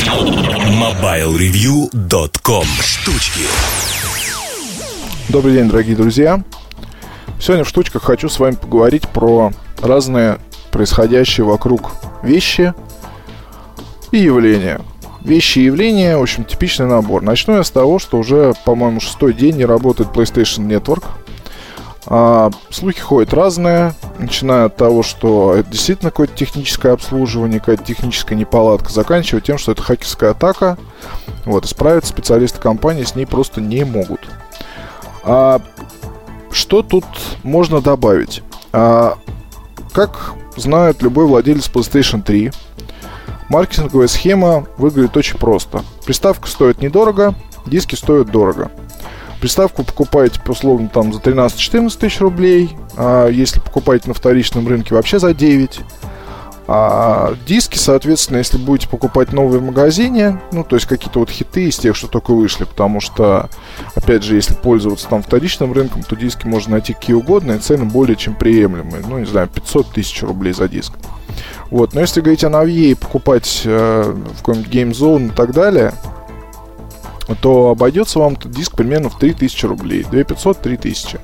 MobileReview.com. Штучки. Добрый день, дорогие друзья. Сегодня в штучках хочу с вами поговорить про разные происходящие вокруг вещи и явления. Вещи и явления, в общем, типичный набор. Начну я с того, что уже, по-моему, 6-й день не работает PlayStation Network. Слухи ходят разные, начиная от того, что это действительно какое-то техническое обслуживание, какая-то техническая неполадка, заканчивая тем, что это хакерская атака. Вот, и справиться специалисты компании с ней просто не могут. Что тут можно добавить? Как знает любой владелец PlayStation 3, маркетинговая схема выглядит очень просто. Приставка стоит недорого, диски стоят дорого. Приставку покупаете, условно, там за 13-14 тысяч рублей, а если покупаете на вторичном рынке, вообще за 9. А диски, соответственно, если будете покупать новые в магазине, ну, то есть какие-то вот хиты из тех, что только вышли, потому что, опять же, если пользоваться там вторичным рынком, то диски можно найти какие угодно, и цены более чем приемлемые. Ну, не знаю, 500 тысяч рублей за диск. Вот, но если говорить о новье и покупать в какой-нибудь Game Zone и так далее, то обойдется вам этот диск примерно в 3000 рублей. 2500-3000.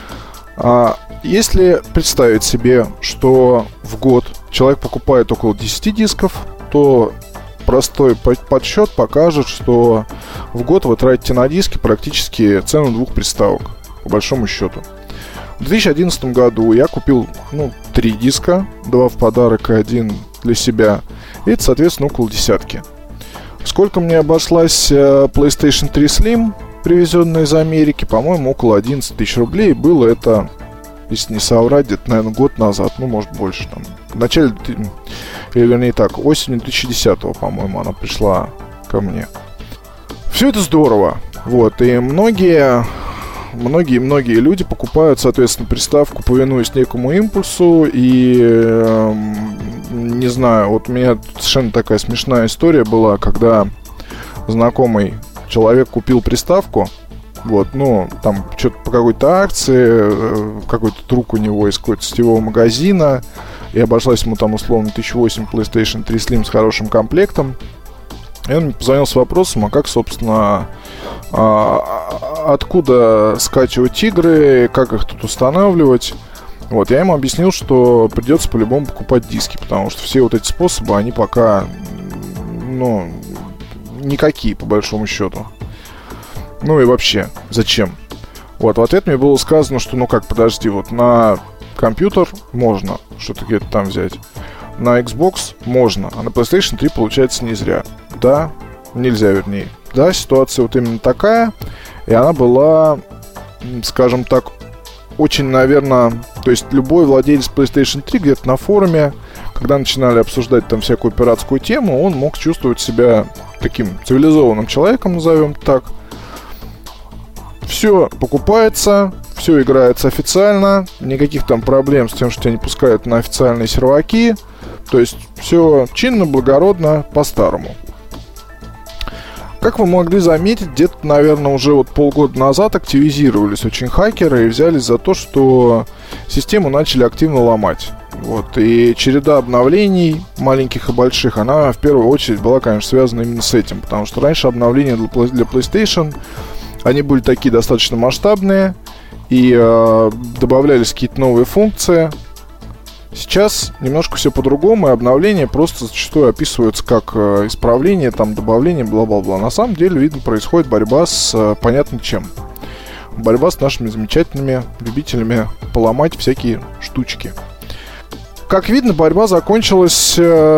Если представить себе, что в год человек покупает около 10 дисков, то простой подсчет покажет, что в год вы тратите на диски практически цену 2 приставок, по большому счету. В 2011 году я купил 3 диска, 2 в подарок и 1 для себя. И это, соответственно, около десятки. Сколько мне обошлась PlayStation 3 Slim, привезенная из Америки? По-моему, около 11 тысяч рублей. Было это, если не соврать, где-то, наверное, год назад. Ну, может, больше. Там, в начале, или вернее так, осенью 2010-го, по-моему, она пришла ко мне. Все это здорово. Вот, и многие люди покупают, соответственно, приставку, повинуясь некому импульсу. И не знаю, вот у меня совершенно такая смешная история была, когда знакомый человек купил приставку. Вот, там что-то по какой-то акции, какой-то друг у него из какого-то сетевого магазина, и обошлась ему там условно 1008 PlayStation 3 Slim с хорошим комплектом. И он мне позвонил с вопросом, а как, собственно, откуда скачивать игры, как их тут устанавливать. Вот, я ему объяснил, что придется по-любому покупать диски, потому что все вот эти способы, они пока, никакие, по большому счету. Ну и вообще, зачем? Вот, в ответ мне было сказано, что, подожди, вот на компьютер можно что-то где-то там взять, на Xbox можно, а на PlayStation 3 получается не зря. Да, нельзя, вернее. Да, ситуация вот именно такая, и она была, скажем так, очень, наверное, то есть любой владелец PlayStation 3 где-то на форуме, когда начинали обсуждать там всякую пиратскую тему, он мог чувствовать себя таким цивилизованным человеком, назовем так. Все покупается, все играется официально, никаких там проблем с тем, что тебя не пускают на официальные серваки, то есть все чинно, благородно, по-старому. Как вы могли заметить, где-то, наверное, уже вот полгода назад активизировались очень хакеры и взялись за то, что систему начали активно ломать. Вот. И череда обновлений, маленьких и больших, она в первую очередь была, конечно, связана именно с этим. Потому что раньше обновления для PlayStation, они были такие достаточно масштабные, и добавлялись какие-то новые функции. Сейчас немножко все по-другому, и обновления просто зачастую описываются как исправление, там, добавление, бла-бла-бла. На самом деле, видно, происходит борьба с понятно чем. Борьба с нашими замечательными любителями поломать всякие штучки. Как видно, борьба закончилась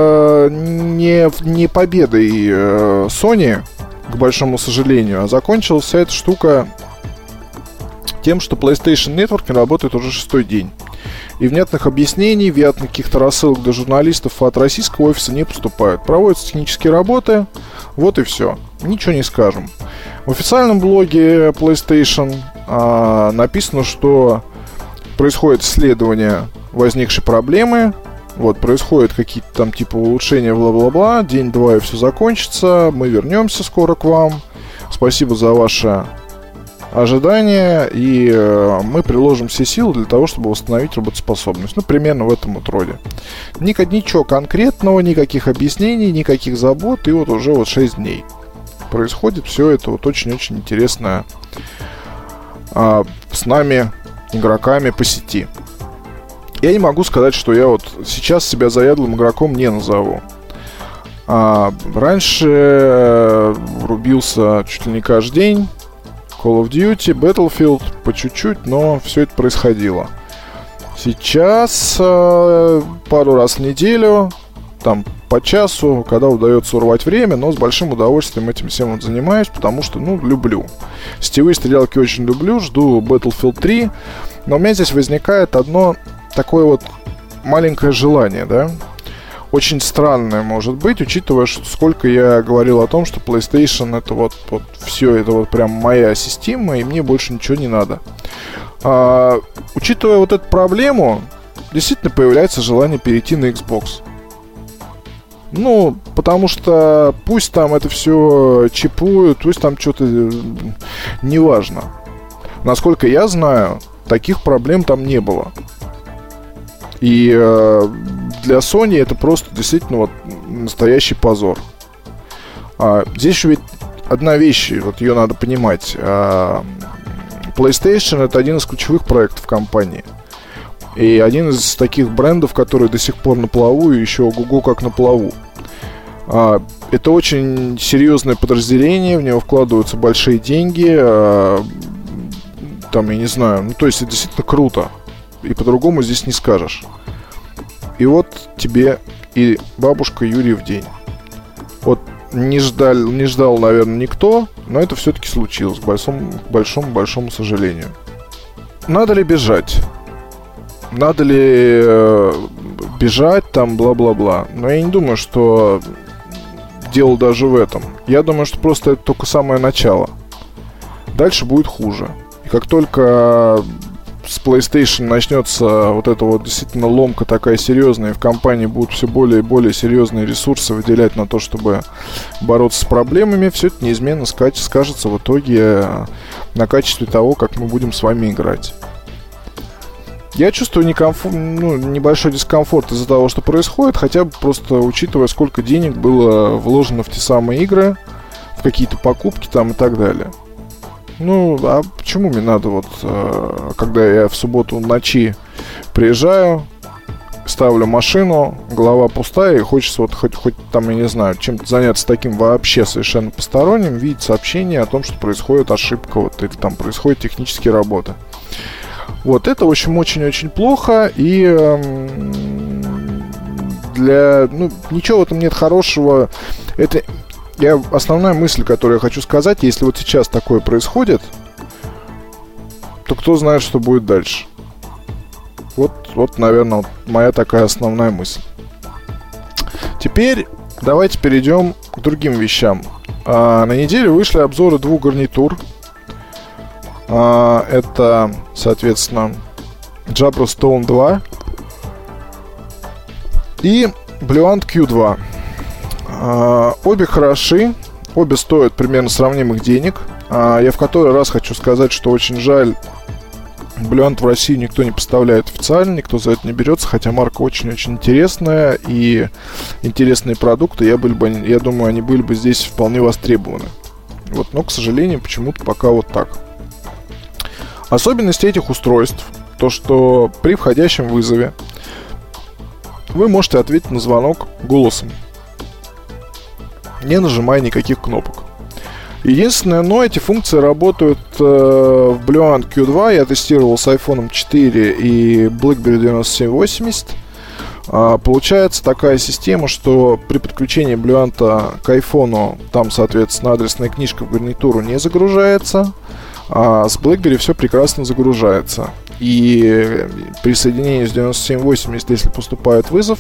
не победой Sony, к большому сожалению, а закончилась вся эта штука тем, что PlayStation Network не работает уже 6-й день. И внятных объяснений, внятных каких-то рассылок до журналистов от российского офиса не поступают. Проводятся технические работы, вот и все. Ничего не скажем. В официальном блоге PlayStation написано, что происходит исследование возникшей проблемы. Вот, происходят какие-то там типа улучшения, бла-бла-бла. День-два и все закончится. Мы вернемся скоро к вам. Спасибо за ваше ожидания, и мы приложим все силы для того, чтобы восстановить работоспособность. Ну, примерно в этом вот роде. Ничего конкретного, никаких объяснений, никаких забот, и вот уже вот 6 дней происходит все это вот очень-очень интересное с нами, игроками по сети. Я не могу сказать, что я вот сейчас себя заядлым игроком не назову. Раньше рубился чуть ли не каждый день. Call of Duty, Battlefield, по чуть-чуть, но все это происходило. Сейчас пару раз в неделю, там по часу, когда удается урвать время, но с большим удовольствием этим всем вот занимаюсь, потому что, люблю. Сетевые стрелялки очень люблю, жду Battlefield 3, но у меня здесь возникает одно такое вот маленькое желание, да? Очень странное, может быть, учитывая, что сколько я говорил о том, что PlayStation это вот все, это вот прям моя система, и мне больше ничего не надо. Учитывая вот эту проблему, действительно появляется желание перейти на Xbox. Потому что пусть там это все чипуют, пусть там что-то неважно. Насколько я знаю, таких проблем там не было. И для Sony это просто действительно вот настоящий позор. Здесь еще ведь одна вещь, вот ее надо понимать. PlayStation это один из ключевых проектов компании. И один из таких брендов, который до сих пор на плаву, и еще ого-го как на плаву. Это очень серьезное подразделение, в него вкладываются большие деньги. Там, я не знаю, то есть это действительно круто. И по-другому здесь не скажешь. И вот тебе и бабушка Юрий в день. Вот не ждал, наверное, никто, но это все-таки случилось, к большому сожалению. Надо ли бежать? Надо ли бежать, там, бла-бла-бла. Но я не думаю, что дело даже в этом. Я думаю, что просто это только самое начало. Дальше будет хуже. И как только с PlayStation начнется вот эта вот действительно ломка такая серьезная, и в компании будут все более и более серьезные ресурсы выделять на то, чтобы бороться с проблемами, все это неизменно скажется в итоге на качестве того, как мы будем с вами играть. Я чувствую небольшой дискомфорт из-за того, что происходит, хотя бы просто учитывая, сколько денег было вложено в те самые игры, в какие-то покупки там и так далее. А почему мне надо когда я в субботу ночи приезжаю, ставлю машину, голова пустая, и хочется хоть там, я не знаю, чем-то заняться таким вообще совершенно посторонним, видеть сообщение о том, что происходит ошибка, или там происходят технические работы. Вот это, в общем, очень-очень плохо, и ничего в этом нет хорошего. Это основная мысль, которую я хочу сказать, если вот сейчас такое происходит, то кто знает, что будет дальше. Вот, наверное, моя такая основная мысль. Теперь давайте перейдем к другим вещам. На неделе вышли обзоры двух гарнитур. Это, соответственно, Jabra Stone 2 и Bluant Q2. Обе хороши, обе стоят примерно сравнимых денег. Я в который раз хочу сказать, что очень жаль, Bluant в России никто не поставляет официально, никто за это не берется, хотя марка очень-очень интересная и интересные продукты, я думаю, они были бы здесь вполне востребованы. Но, к сожалению, почему-то пока вот так. Особенность этих устройств, то что при входящем вызове вы можете ответить на звонок голосом, не нажимая никаких кнопок. Единственное, эти функции работают в Bluant Q2. Я тестировал с iPhone 4 и BlackBerry 9780. Получается такая система, что при подключении Bluant к iPhone там, соответственно, адресная книжка в гарнитуру не загружается, а с BlackBerry все прекрасно загружается. И при соединении с 9780, если поступает вызов,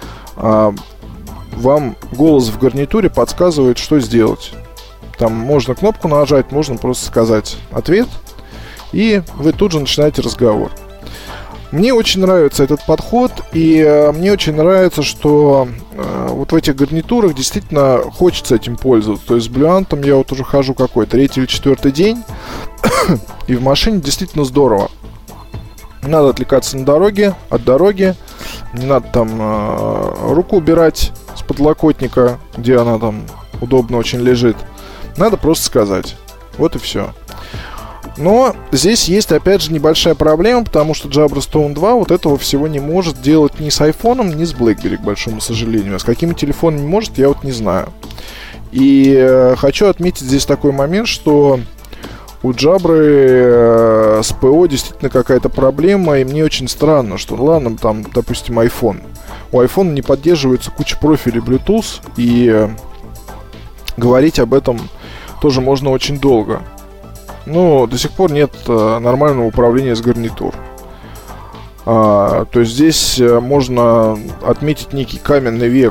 вам голос в гарнитуре подсказывает, что сделать. Там можно кнопку нажать, можно просто сказать ответ, и вы тут же начинаете разговор. Мне очень нравится этот подход, и мне очень нравится, что вот в этих гарнитурах действительно хочется этим пользоваться. То есть с Bluant я вот уже хожу какой, 3-й или 4-й день, и в машине действительно здорово. Не надо отвлекаться от дороги, не надо там руку убирать с подлокотника, где она там удобно очень лежит. Надо просто сказать. Вот и все. Но здесь есть, опять же, небольшая проблема, потому что Jabra Stone 2 вот этого всего не может делать ни с iPhone, ни с BlackBerry, к большому сожалению. А с какими телефонами может, я вот не знаю. И хочу отметить здесь такой момент, что у Jabra с ПО действительно какая-то проблема, и мне очень странно, что, ладно, там, допустим, iPhone. У iPhone не поддерживается куча профилей Bluetooth, и говорить об этом тоже можно очень долго. Но до сих пор нет нормального управления с гарнитур. То есть здесь можно отметить некий каменный век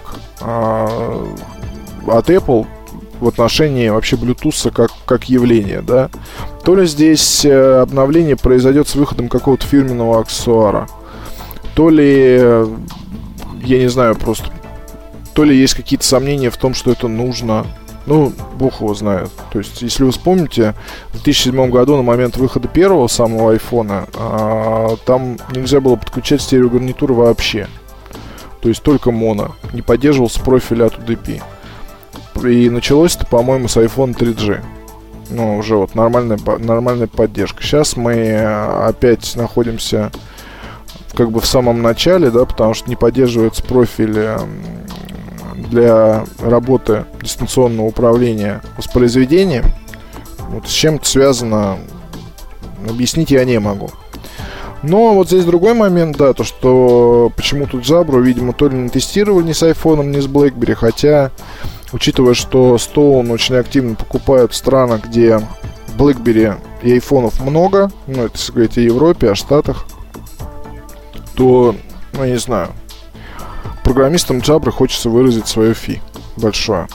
от Apple в отношении вообще Bluetooth как явления, да. То ли здесь обновление произойдет с выходом какого-то фирменного аксессуара, то ли, я не знаю, просто, то ли есть какие-то сомнения в том, что это нужно. Ну, бог его знает. То есть, если вы вспомните, в 2007 году, на момент выхода первого самого айфона, там нельзя было подключать стереогарнитуры вообще. То есть, только моно. Не поддерживался профиль от UDP. И началось это, по-моему, с iPhone 3G. Ну, уже вот нормальная поддержка. Сейчас мы опять находимся как бы в самом начале, да, потому что не поддерживается профиль для работы дистанционного управления воспроизведением. Вот с чем это связано, объяснить я не могу. Но вот здесь другой момент, да, то что почему-то Jabra, видимо, то ли не тестировали ни с iPhone, ни с BlackBerry, хотя, учитывая, что Stone очень активно покупают в странах, где BlackBerry и айфонов много, ну, это, если говорить о Европе, о Штатах, то, ну, не знаю, программистам Jabra хочется выразить свое фи большое.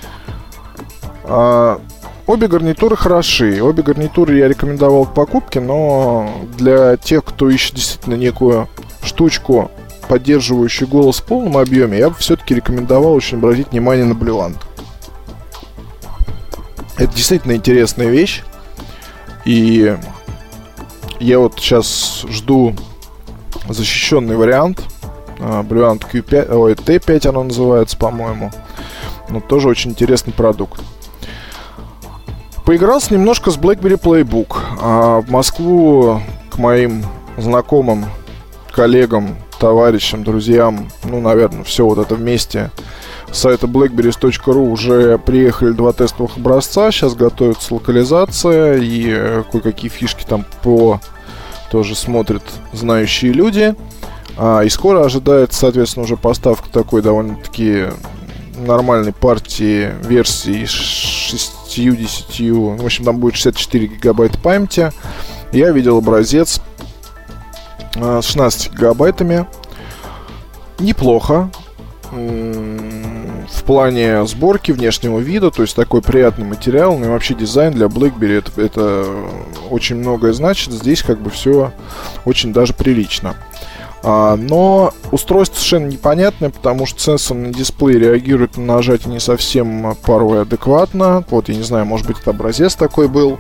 Обе гарнитуры хороши. Обе гарнитуры я рекомендовал к покупке, но для тех, кто ищет действительно некую штучку, поддерживающую голос в полном объеме, я бы все-таки рекомендовал очень обратить внимание на Bluant. Это действительно интересная вещь. И я вот сейчас жду защищенный вариант Bluant Q5, ой, T5 оно называется, по-моему. Но тоже очень интересный продукт. Поигрался немножко с BlackBerry Playbook. В Москву к моим знакомым, коллегам, товарищам, друзьям, ну, наверное, все вот это вместе, с сайта blackberries.ru уже приехали 2 тестовых образца. Сейчас готовится локализация, и кое-какие фишки там тоже смотрят знающие люди. И скоро ожидается, соответственно, уже поставка такой довольно-таки нормальной партии версии с 60, в общем, там будет 64 гигабайта памяти. Я видел образец с 16 гигабайтами. Неплохо в плане сборки, внешнего вида, то есть такой приятный материал, ну и вообще дизайн для BlackBerry это очень многое значит. Здесь как бы все очень даже прилично. Но устройство совершенно непонятное, потому что сенсорный дисплей реагирует на нажатие не совсем порой адекватно. Вот, я не знаю, может быть, это образец такой был.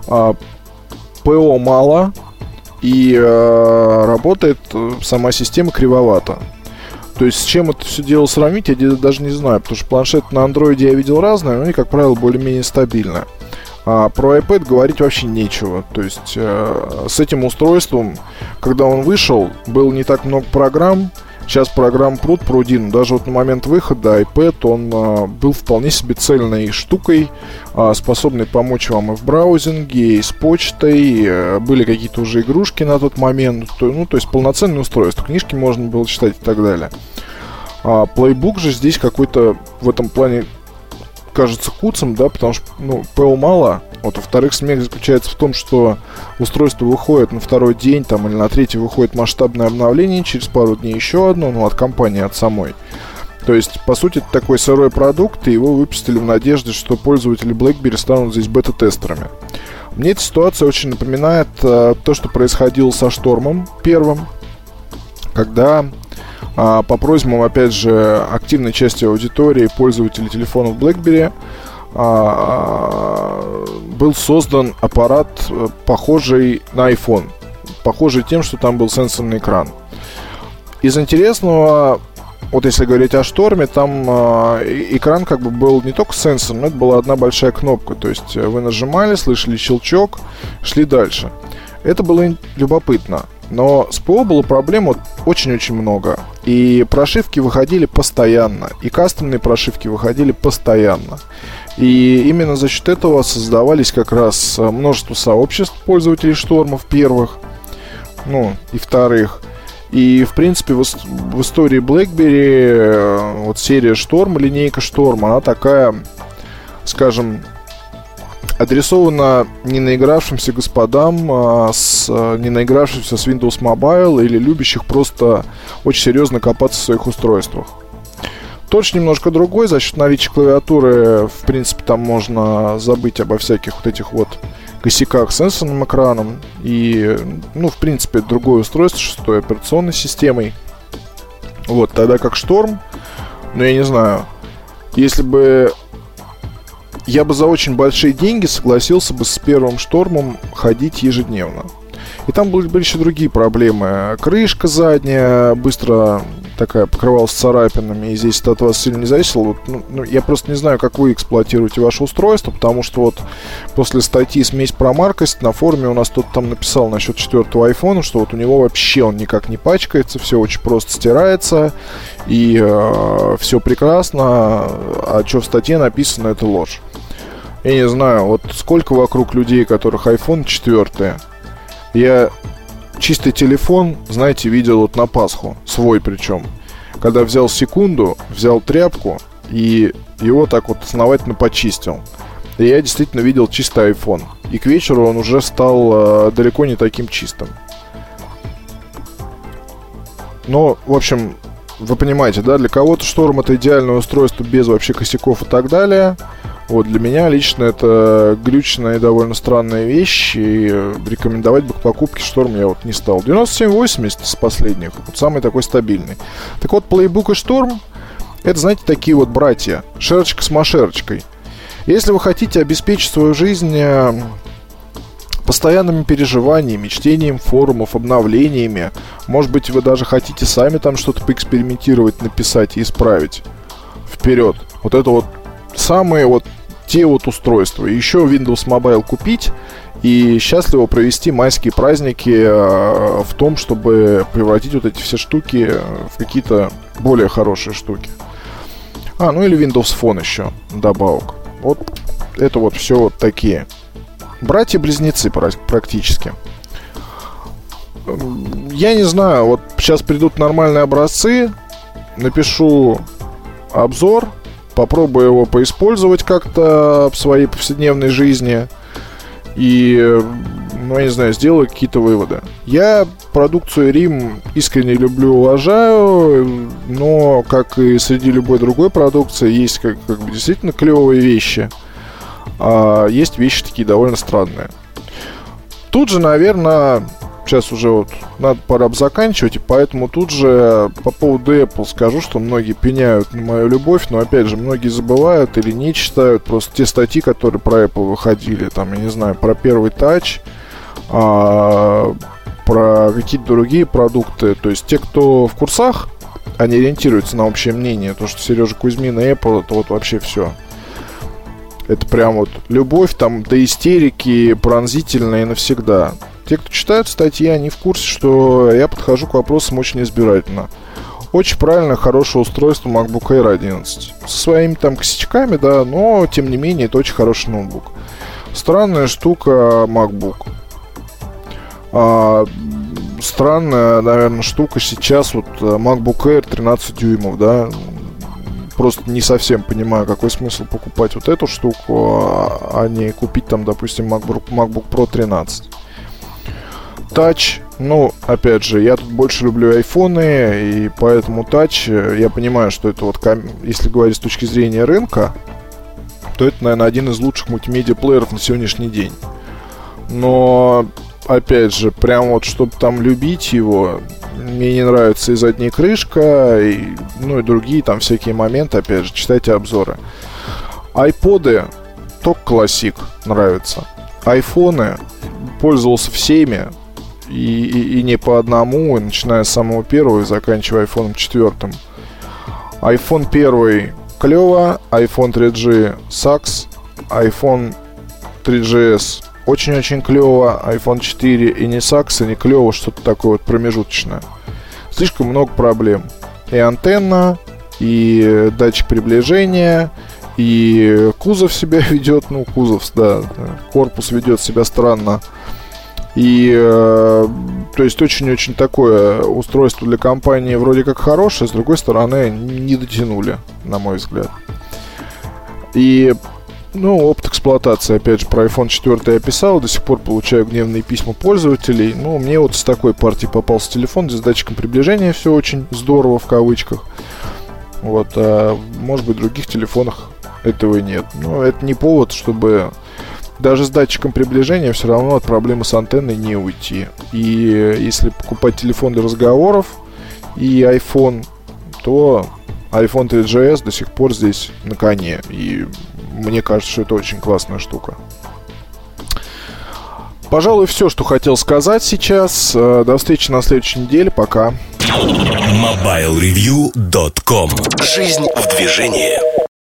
ПО мало, и работает сама система кривовато. То есть с чем это все дело сравнить, я даже не знаю, потому что планшет на андроиде я видел разные, но они, как правило, более-менее стабильны. Про iPad говорить вообще нечего. То есть с этим устройством, когда он вышел, было не так много программ. Сейчас программ пруд-пруди. Даже вот на момент выхода iPad, он был вполне себе цельной штукой, способной помочь вам и в браузинге, и с почтой. Были какие-то уже игрушки на тот момент. Ну, то есть полноценное устройство. Книжки можно было читать и так далее. Playbook же здесь какой-то в этом плане кажется куцем, да, потому что, ну, ПО мало. Вот, во-вторых, смех заключается в том, что устройство выходит на второй день, там, или на третий выходит масштабное обновление, через пару дней еще одно, ну, от компании, от самой. То есть, по сути, это такой сырой продукт, и его выпустили в надежде, что пользователи BlackBerry станут здесь бета-тестерами. Мне эта ситуация очень напоминает то, что происходило со Штормом первым. когда по просьбам, опять же, активной части аудитории пользователей телефонов BlackBerry был создан аппарат, похожий на iPhone, похожий тем, что там был сенсорный экран. Из интересного, вот если говорить о шторме, там экран как бы был не только сенсорный, но это была одна большая кнопка. То есть вы нажимали, слышали щелчок, шли дальше. Это было любопытно. Но с ПО было проблем вот очень-очень много. И прошивки выходили постоянно. И кастомные прошивки выходили постоянно. И именно за счет этого создавались как раз множество сообществ пользователей штормов первых, ну и вторых. И, в принципе, в истории BlackBerry вот серия Шторм, линейка Шторм, она такая, скажем, адресована не наигравшимся господам, не наигравшимся с Windows Mobile или любящих просто очень серьезно копаться в своих устройствах. Точно немножко другой, за счет наличия клавиатуры, в принципе, там можно забыть обо всяких вот этих вот косяках с сенсорным экраном. И, ну, в принципе, другое устройство, 6-й операционной системой. Вот, тогда как Шторм, ну, я не знаю, если бы я бы за очень большие деньги согласился бы с первым Штормом ходить ежедневно. И там были еще другие проблемы. Крышка задняя быстро такая покрывалась царапинами, и здесь это от вас сильно не зависело. Вот, ну, я просто не знаю, как вы эксплуатируете ваше устройство, потому что вот после статьи «Смесь про маркость» на форуме у нас кто-то там написал насчет 4-го айфона, что вот у него вообще он никак не пачкается, все очень просто стирается, и все прекрасно, а что в статье написано, это ложь. Я не знаю, вот сколько вокруг людей, у которых iPhone 4. Я чистый телефон, знаете, видел вот на Пасху, свой причем. Когда взял секунду, взял тряпку и его так вот основательно почистил. И я действительно видел чистый iPhone. И к вечеру он уже стал далеко не таким чистым. Но, в общем, вы понимаете, да, для кого-то Шторм — это идеальное устройство без вообще косяков и так далее. Вот, для меня лично это глючная и довольно странная вещь, и рекомендовать бы к покупке Шторм я вот не стал. 9780 с последних, вот самый такой стабильный. Так вот, Playbook и Шторм — это, знаете, такие вот братья, шерочка с машерочкой. Если вы хотите обеспечить свою жизнь постоянными переживаниями, чтением форумов, обновлениями, может быть, вы даже хотите сами там что-то поэкспериментировать, написать и исправить, вперед. Вот это вот самые вот те вот устройства. Еще Windows Mobile купить и счастливо провести майские праздники в том, чтобы превратить вот эти все штуки в какие-то более хорошие штуки. Ну или Windows Phone еще добавок. Вот это вот все вот такие братья-близнецы практически. Я не знаю, вот сейчас придут нормальные образцы, напишу обзор, попробую его поиспользовать как-то в своей повседневной жизни и, ну, я не знаю, сделаю какие-то выводы. Я продукцию RIM искренне люблю, уважаю, но, как и среди любой другой продукции, есть как бы действительно клевые вещи, а есть вещи такие довольно странные. Тут же, наверное, сейчас уже вот пора бы заканчивать, и поэтому тут же по поводу Apple скажу, что многие пеняют на мою любовь, но опять же, многие забывают или не читают просто те статьи, которые про Apple выходили, там, я не знаю, про первый Touch, про какие-то другие продукты. То есть те, кто в курсах, они ориентируются на общее мнение. То, что Сережа Кузьмин и Apple, это вот вообще все. Это прям вот любовь там до истерики, пронзительная и навсегда. Те, кто читают статьи, они в курсе, что я подхожу к вопросам очень избирательно. Очень правильно, хорошее устройство MacBook Air 11. Со своими там косячками, да, но тем не менее это очень хороший ноутбук. Странная штука MacBook. Странная, наверное, штука сейчас вот MacBook Air 13 дюймов, да. Просто не совсем понимаю, какой смысл покупать вот эту штуку, а не купить там, допустим, MacBook Pro 13. Touch, ну, опять же, я тут больше люблю айфоны, и поэтому Touch, я понимаю, что это вот, если говорить с точки зрения рынка, то это, наверное, один из лучших мультимедиа-плееров на сегодняшний день. Но, опять же, прям вот, чтобы там любить его, мне не нравится и задняя крышка, и другие там всякие моменты. Опять же, читайте обзоры. Айподы только классик нравится. Айфоны пользовался всеми, и не по одному, и начиная с самого первого и заканчивая iPhone 4. iPhone 1 клево, iPhone 3G сакс, iPhone 3GS очень-очень клево, iPhone 4 и не сакс, и не клево, что-то такое вот промежуточное. Слишком много проблем. И антенна, и датчик приближения, и кузов себя ведет, корпус ведет себя странно. И, то есть, очень-очень такое устройство для компании вроде как хорошее, с другой стороны, не дотянули, на мой взгляд. И, опыт эксплуатации, опять же, про iPhone 4 я писал, до сих пор получаю гневные письма пользователей. Мне вот с такой партии попался телефон, с датчиком приближения все очень здорово, в кавычках. Вот, а может быть, в других телефонах этого и нет. Но это не повод, чтобы даже с датчиком приближения все равно от проблемы с антенной не уйти. И если покупать телефон для разговоров и iPhone, то iPhone 3GS до сих пор здесь на коне. И мне кажется, что это очень классная штука. Пожалуй, все, что хотел сказать сейчас. До встречи на следующей неделе. Пока. MobileReview.com. Жизнь в движении.